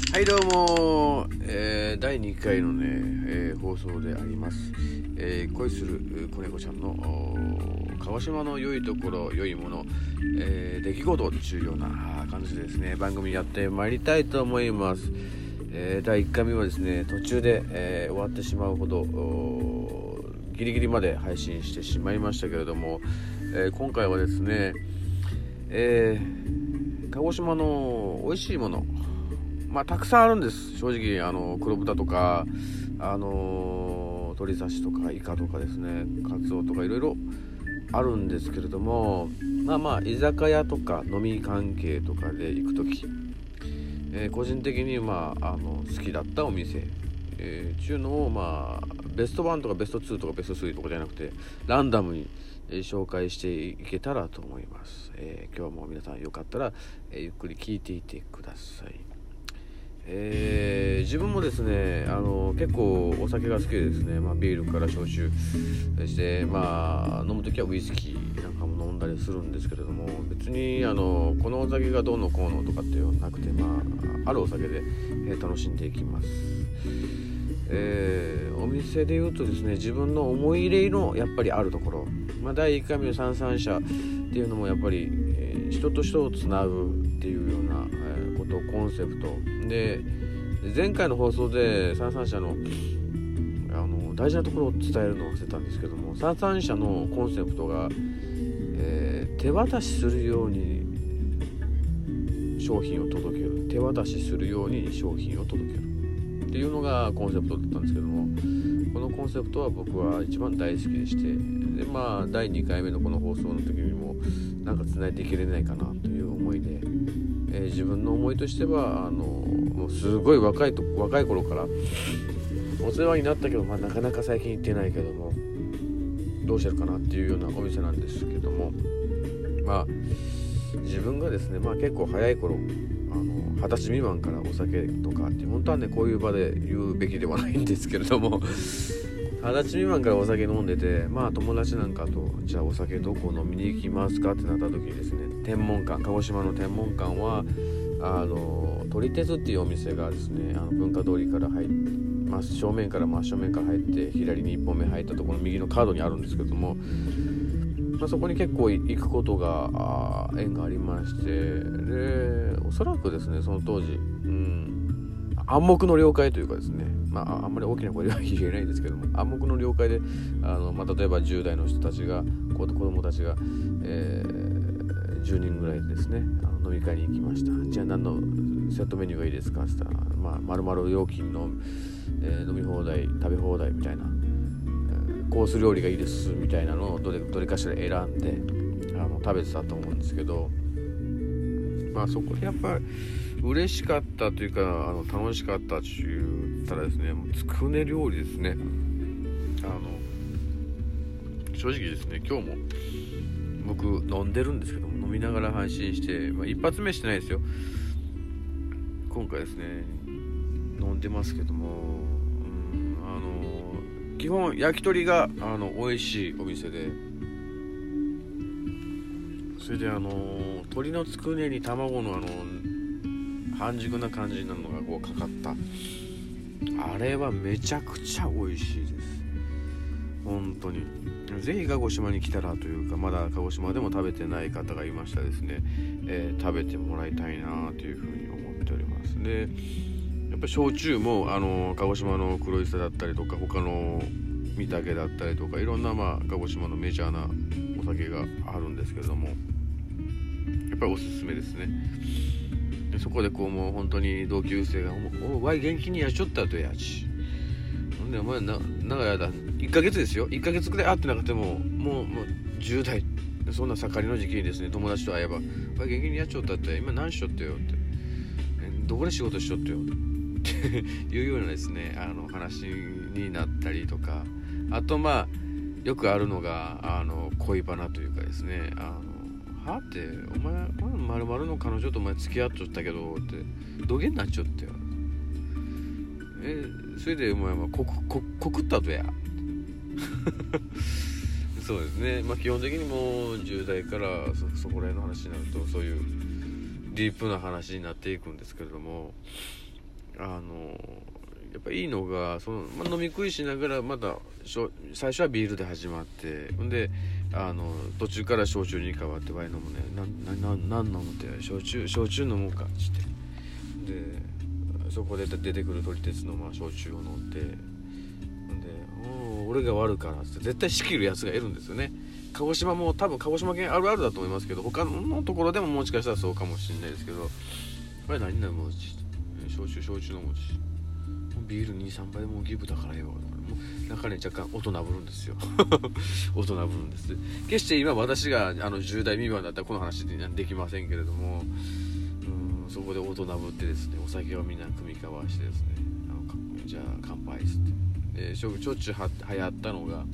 はいどうも、第2回のね、放送であります、恋する子猫ちゃんの川島の良いところ良いもの、出来事というような感じでですね番組やってまいりたいと思います。第1回目はですね途中で、終わってしまうほどギリギリまで配信してしまいましたけれども、今回はですね、鹿児島の美味しいものたくさんあるんです。正直黒豚とか鶏刺しとかイカとかですねカツオとかいろいろあるんですけれども、居酒屋とか飲み関係とかで行くとき、個人的に好きだったお店っていうのをベスト1とかベスト2とかベスト3とかじゃなくてランダムに紹介していけたらと思います。今日も皆さんよかったら、ゆっくり聞いていてください。自分もですね結構お酒が好きでですね、ビールから焼酎そして飲むときはウイスキーなんかも飲んだりするんですけれども、別にこのお酒がどうのこうのとかっていうのはなくてあるお酒で、楽しんでいきます。お店で言うとですね自分の思い入れのやっぱりあるところ、第1回目の三三社っていうのもやっぱり、人と人をつなぐっていうような、ことをコンセプトで、前回の放送で三三社の大事なところを伝えるのを忘れたんですけども、三三社のコンセプトが、手渡しするように商品を届ける、手渡しするように商品を届けるっていうのがコンセプトだったんですけども、このコンセプトは僕は一番大好きでして、で第2回目のこの放送の時にもなんか繋いでいけれないかなという思いで、自分の思いとしてはもうすごい若い頃からお世話になったけど、なかなか最近行ってないけどもどうしてるかなっていうようなお店なんですけども、自分がですね結構早い頃20歳未満からお酒とかって本当はねこういう場で言うべきではないんですけれども20歳未満からお酒飲んでて、友達なんかとじゃあお酒どこ飲みに行きますかってなった時にですね、鹿児島の天文館は撮り鉄っていうお店がですね文化通りから入って正面から真正面から入って左に1本目入ったところの右のカードにあるんですけども、そこに結構行くことが縁がありまして、でおそらくですねその当時、暗黙の了解というかですね、あんまり大きな声では言えないんですけども、暗黙の了解で例えば10代の人たちが子供たちが、10人ぐらいでですね飲み会に行きました。じゃあ何のセットメニューがいいですかって言ったら、丸々料金の、飲み放題食べ放題みたいな、コース料理がいいですみたいなのをどれかしら選んで食べてたと思うんですけど、そこでやっぱり嬉しかったというか楽しかったって言ったらですねつくね料理ですね。正直ですね今日も僕飲んでるんですけども、飲みながら配信して、一発目してないですよ。今回ですね飲んでますけども、基本焼き鳥が美味しいお店で、それで鶏のつくねに卵の半熟な感じなのがこうかかったあれはめちゃくちゃ美味しいです。本当にぜひ鹿児島に来たらというか、まだ鹿児島でも食べてない方がいましたらですね、食べてもらいたいなというふうに思っております。でやっぱ焼酎も鹿児島の黒磯だったりとか他の御嶽だったりとかいろんな鹿児島のメジャーなお酒があるんですけれども、やっぱりおすすめですね。でそこでもう本当に同級生がおわい元気にやっちょったとやちほんでお前長い間1ヶ月ですよ、1ヶ月くらい会ってなくてももう10代そんな盛りの時期にですね友達と会えばおい元気にやっちょったって今何しよってよってどこで仕事しよってよっていうようなですね話になったりとか、あとよくあるのが恋バナというかですねはってお前丸々の彼女とお前付き合っちゃったけどって土下になっちゃってよ、それでお前は告ったとやそうですね、基本的にもう10代からそこら辺の話になるとそういうディープな話になっていくんですけれども、 やっぱいいのが飲み食いしながらまた最初はビールで始まって、んで途中から焼酎に変わってワイン飲むね、なん飲むって焼酎飲もうかっつって、でそこで出てくる撮り鉄の焼酎を飲んで、俺が割るからって絶対仕切るやつがいるんですよね。鹿児島も多分鹿児島県あるあるだと思いますけど、他のところでももしかしたらそうかもしれないですけど、これ何飲む焼酎飲むし、ビール 2,3 杯でもうギブだからよ、もう中に若干大人ぶるんですよ大人ぶるんです。決して今私が10代未満だったらこの話できませんけれども、そこで大人ぶってですね、お酒をみんな組み交わしてですね、じゃあ乾杯っつって、しょっちゅう流行ったのが、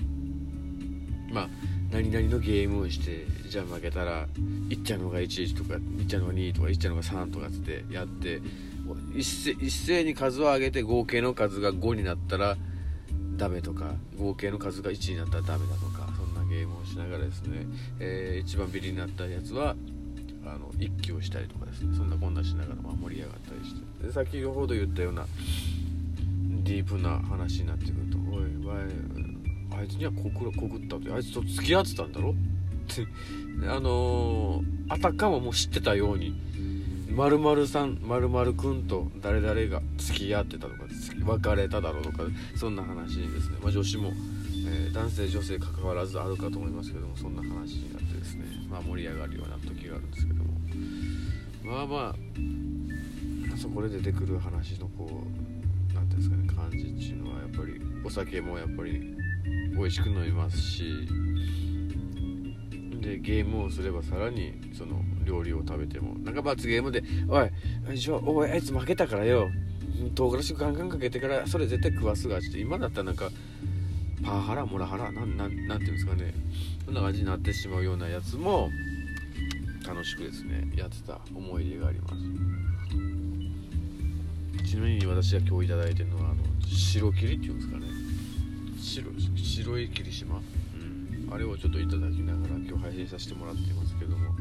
何々のゲームをして、じゃあ負けたらいっちゃんのが1とかいっちゃんのが2とかいっちゃんのが3とかつってやって、一斉に数を上げて合計の数が5になったらダメとか、合計の数が1になったらダメだとか、そんなゲームをしながらですね、一番ビリになったやつは一騎をしたりとかですね、そんなこんなしながら盛り上がったりして、で先ほど言ったようなディープな話になってくると、おいあいつには告ったって、あいつと付き合ってたんだろってあたかももう知ってたように、〇〇さん〇〇くんと誰々が付き合ってたとか別れただろうとか、そんな話にですね、女子も、男性女性関わらずあるかと思いますけども、そんな話になってですね、盛り上がるような時があるんですけども、そこで出てくる話のなんていうんですかね、感じっていうのはやっぱりお酒もやっぱり美味しく飲みますし、でゲームをすればさらにその料理を食べても、なんか罰ゲームでおいあいつ負けたからよ、唐辛子ガンガンかけてからそれ絶対食わすがって、今だったらなんかパワハラモラハラなんていうんですかね、そんな感じになってしまうようなやつも楽しくですねやってた思い出があります。ちなみに私が今日いただいてるのは白切りっていうんですかね、白い霧島、あれをちょっといただきながら今日配信させてもらってますけども、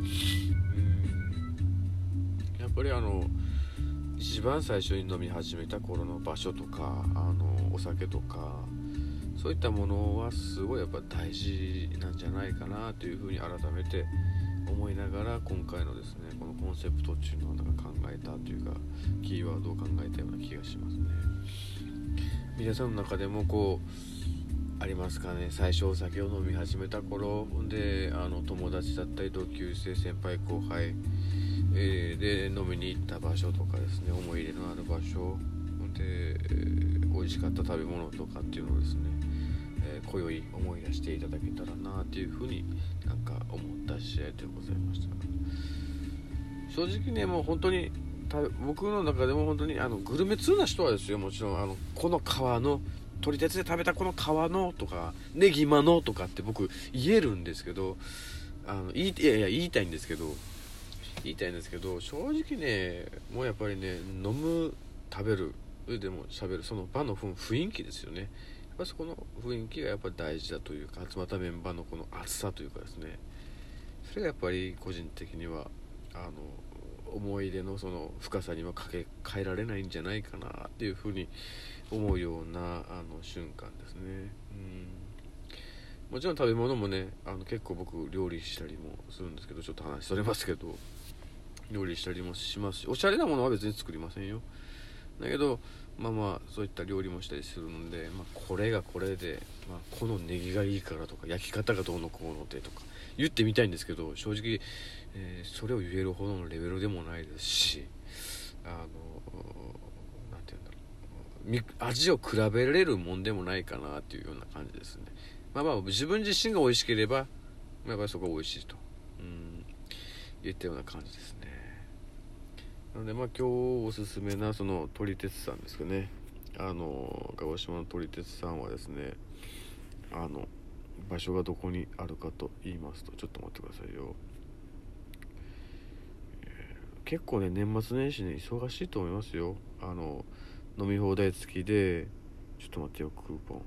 やっぱり一番最初に飲み始めた頃の場所とかお酒とかそういったものはすごいやっぱ大事なんじゃないかなというふうに改めて思いながら、今回のですねこのコンセプトっていうのをなんか考えたというか、キーワードを考えたような気がしますね。皆さんの中でもありますかね、最初お酒を飲み始めた頃で友達だったり同級生先輩後輩、で飲みに行った場所とかですね、思い入れのある場所で、美味しかった食べ物とかっていうのをですね、今宵思い出していただけたらなっていうふうになんか思った試合でございました。正直ね、もう本当に僕の中でも本当にグルメ通な人はですよ、もちろんこの川の撮り鉄で食べたこの川のとかネギマのとかって僕言えるんですけど、言いたいんですけど正直ね、もうやっぱりね、飲む食べるでも喋るその場の雰囲気ですよね。やっぱそこの雰囲気がやっぱり大事だというか、集まったメンバーのこの熱さというかですね、それがやっぱり個人的には思い出のその深さには変えられないんじゃないかなっていうふうに思うような瞬間ですね。もちろん食べ物もね結構僕料理したりもするんですけど、ちょっと話それますけど、料理したりもしますし、おしゃれなものは別に作りませんよ。だけどそういった料理もしたりするので、これがこれで、このネギがいいからとか焼き方がどうのこうのでとか言ってみたいんですけど、正直、それを言えるほどのレベルでもないですし、なんて言うんだろう、味を比べられるもんでもないかなっていうような感じですね。自分自身が美味しければやっぱりそこは美味しいと言ったような感じですね。なので今日おすすめなその撮り鉄さんですかね、鹿児島の撮り鉄さんはですね、場所がどこにあるかと言いますと、ちょっと待ってくださいよ。結構ね、年末年始ね忙しいと思いますよ。飲み放題付きで、ちょっと待ってよ、クーポ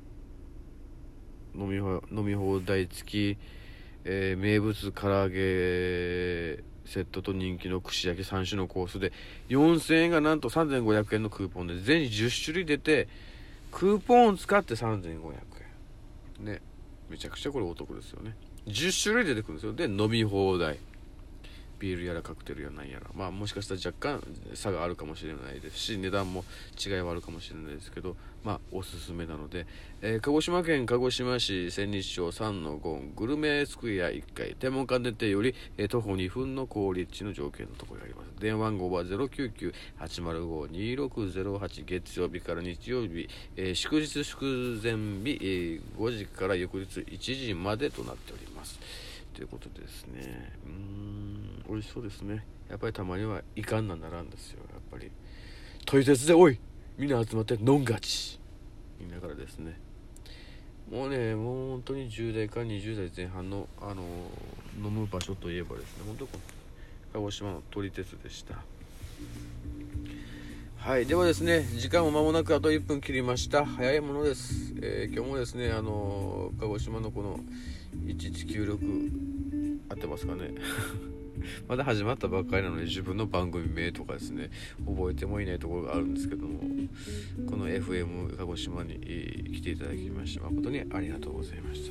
ン飲み放題付き、名物唐揚げセットと人気の串焼き3種のコースで4000円がなんと3500円のクーポンで全10種類出て、クーポンを使って3500円ね。めちゃくちゃこれお得ですよね。10種類出てくるんですよ。で飲み放題、ビールやらカクテルやなんやら、まあもしかしたら若干差があるかもしれないですし、値段も違いはあるかもしれないですけど、まあおすすめなので、鹿児島県鹿児島市千日町3-5グルメスクエア1階天文館電停より、徒歩2分の好立地の条件のところにあります。電話番号は 099-805-2608、月曜日から日曜日、祝日祝前日、5時から翌日1時までとなっておりますということでですね。美味しそうですね。やっぱりたまにはいかんなならんですよ。やっぱりトイ鉄でおいみんな集まって飲んがちみんなからですね。もう本当に10代から20代前半の飲む場所といえばですね、本当鹿児島の撮り鉄でした。はい、ではですね、時間も間もなくあと1分切りました。早いものです。今日もですね、鹿児島のこの1196合ってますかねまだ始まったばっかりなので自分の番組名とかですね覚えてもいないところがあるんですけども、この FM 鹿児島に来ていただきまして誠にありがとうございました。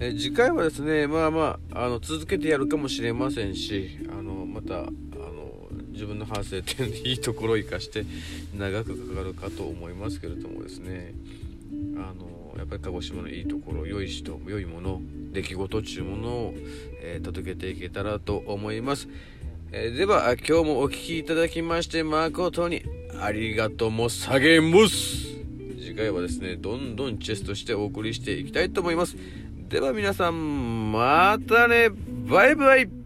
次回はですね、続けてやるかもしれませんし、また自分の反省点でいいところを生かして長くかかるかと思いますけれどもですね、やっぱり鹿児島のいいところ、良い人、良いもの、出来事というものを、届けていけたらと思います。では今日もお聞きいただきまして誠にありがとうもさげます。次回はですねどんどんチェストしてお送りしていきたいと思います。では皆さんまたね、バイバイ。